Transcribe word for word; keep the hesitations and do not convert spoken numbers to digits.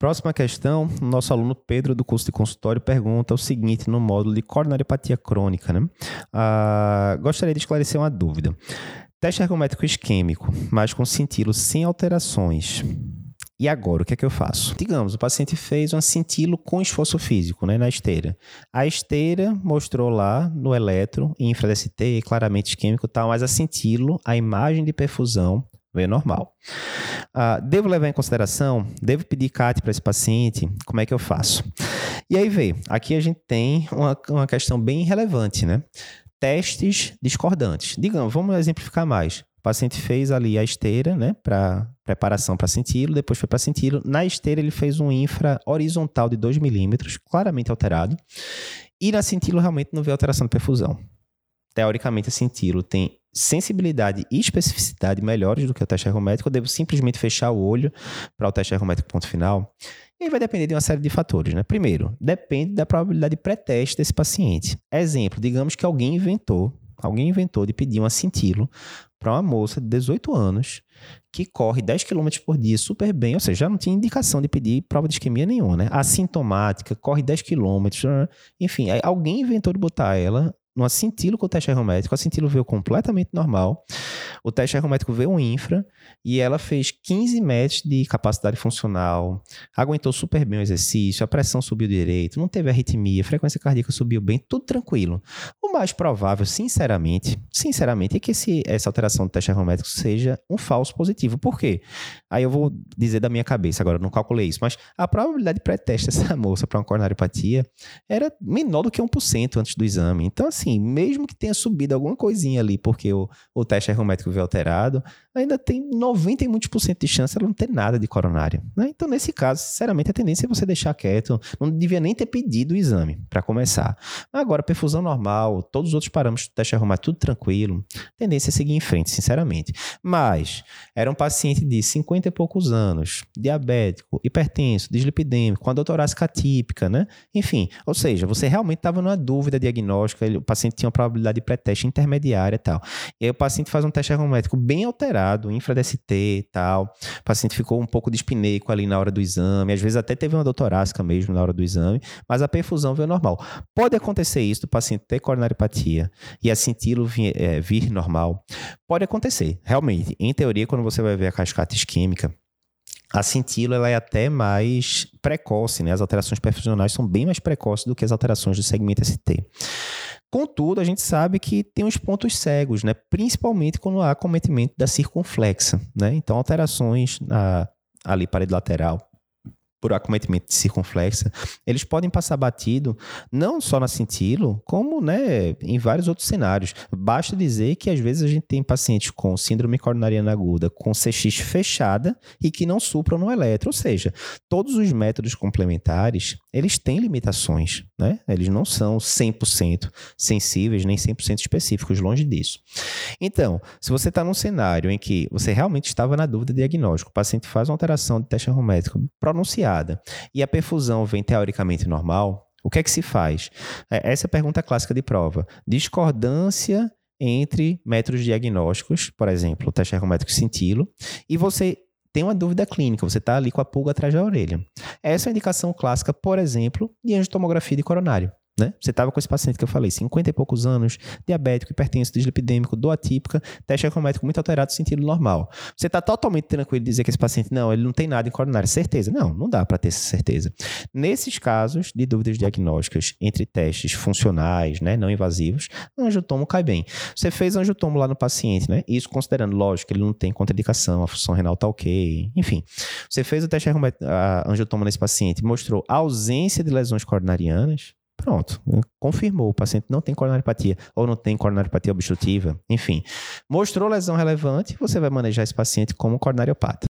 Próxima questão, o nosso aluno Pedro, do curso de consultório, pergunta o seguinte no módulo de coronariopatia crônica, né? Ah, gostaria de esclarecer uma dúvida. Teste ergométrico isquêmico, mas com cintilo sem alterações. E agora, o que é que eu faço? Digamos, o paciente fez um cintilo com esforço físico, né, na esteira. A esteira mostrou lá no eletro, infra-D S T, claramente isquêmico e tal, mas a cintilo, a imagem de perfusão, veio normal. Uh, devo levar em consideração? Devo pedir C A T para esse paciente? Como é que eu faço? E aí, vê, aqui a gente tem uma, uma questão bem relevante, né? Testes discordantes. Digamos, vamos exemplificar mais. O paciente fez ali a esteira, né, para preparação para cintilo, depois foi para cintilo. Na esteira, ele fez um infra horizontal de dois milímetros, claramente alterado. E na cintilo, realmente não veio alteração de perfusão. Teoricamente, a cintilo tem sensibilidade e especificidade melhores do que o teste ergométrico. Eu devo simplesmente fechar o olho para o teste ergométrico ponto final. E aí vai depender de uma série de fatores, né? Primeiro, depende da probabilidade pré-teste desse paciente. Exemplo, digamos que alguém inventou, alguém inventou de pedir uma cintilo para uma moça de dezoito anos que corre dez quilômetros por dia super bem, ou seja, já não tinha indicação de pedir prova de isquemia nenhuma, né? Assintomática, corre dez quilômetros, enfim, alguém inventou de botar ela numa cintilo com o teste ergométrico. A cintilo veio completamente normal. O teste ergométrico veio um infra e ela fez quinze metros de capacidade funcional, aguentou super bem o exercício, a pressão subiu direito, não teve arritmia, a frequência cardíaca subiu bem, tudo tranquilo. O mais provável, sinceramente, sinceramente, é que esse, essa alteração do teste ergométrico seja um falso positivo. Por quê? Aí eu vou dizer da minha cabeça, agora eu não calculei isso, mas a probabilidade de pré-teste dessa moça para uma coronariopatia era menor do que um por cento antes do exame. Então, assim, Assim, mesmo que tenha subido alguma coisinha ali, porque o, o teste ergométrico veio alterado, ainda tem noventa e muitos por cento de chance de ela não ter nada de coronária, né? Então, nesse caso, sinceramente, a tendência é você deixar quieto, não devia nem ter pedido o exame para começar. Agora, perfusão normal, todos os outros parâmetros do teste ergométrico, tudo tranquilo, a tendência é seguir em frente, sinceramente. Mas, era um paciente de cinquenta e poucos anos, diabético, hipertenso, dislipidêmico, com a dor torácica atípica, né? Enfim, ou seja, você realmente estava numa dúvida diagnóstica, ele, o paciente tinha uma probabilidade de pré-teste intermediária e tal. E aí o paciente faz um teste ergométrico bem alterado, infra-D S T e tal. O paciente ficou um pouco dispneico ali na hora do exame, às vezes até teve uma dor torácica mesmo na hora do exame, mas a perfusão veio normal. Pode acontecer isso do paciente ter coronariopatia e a cintilo vir, é, vir normal. Pode acontecer, realmente. Em teoria, quando você vai ver a cascata isquêmica, a cintilo ela é até mais precoce, né? As alterações perfusionais são bem mais precoces do que as alterações do segmento S T. Contudo, a gente sabe que tem uns pontos cegos, né? Principalmente quando há acometimento da circunflexa, né? Então, alterações na, ali parede lateral, por acometimento de circunflexa, eles podem passar batido não só na cintilo, como, né, em vários outros cenários. Basta dizer que às vezes a gente tem pacientes com síndrome coronariana aguda, com C X fechada e que não supram no eletro, ou seja, todos os métodos complementares, eles têm limitações, né? Eles não são cem por cento sensíveis, nem cem por cento específicos, longe disso. Então, se você está num cenário em que você realmente estava na dúvida diagnóstica, o paciente faz uma alteração de teste ergométrico pronunciada, e a perfusão vem teoricamente normal, o que é que se faz? Essa é a pergunta clássica de prova. Discordância entre métodos diagnósticos, por exemplo, o teste ergométrico cintilo, e você tem uma dúvida clínica, você está ali com a pulga atrás da orelha. Essa é a indicação clássica, por exemplo, de angiotomografia de coronário. Né? Você estava com esse paciente que eu falei, cinquenta e poucos anos, diabético, hipertenso, dislipidêmico, dor atípica, teste ergométrico muito alterado, sentido normal. Você está totalmente tranquilo de dizer que esse paciente, não, ele não tem nada em coronária. Certeza? Não, não dá para ter essa certeza. Nesses casos de dúvidas diagnósticas entre testes funcionais, né, não invasivos, o angiotomo cai bem. Você fez angiotomo lá no paciente, né? Isso considerando, lógico, que ele não tem contraindicação, a função renal está ok, enfim. Você fez o teste ergométrico, a angiotomo nesse paciente, mostrou ausência de lesões coronarianas, pronto, confirmou, o paciente não tem coronariopatia ou não tem coronariopatia obstrutiva, enfim. Mostrou lesão relevante, você vai manejar esse paciente como coronariopata.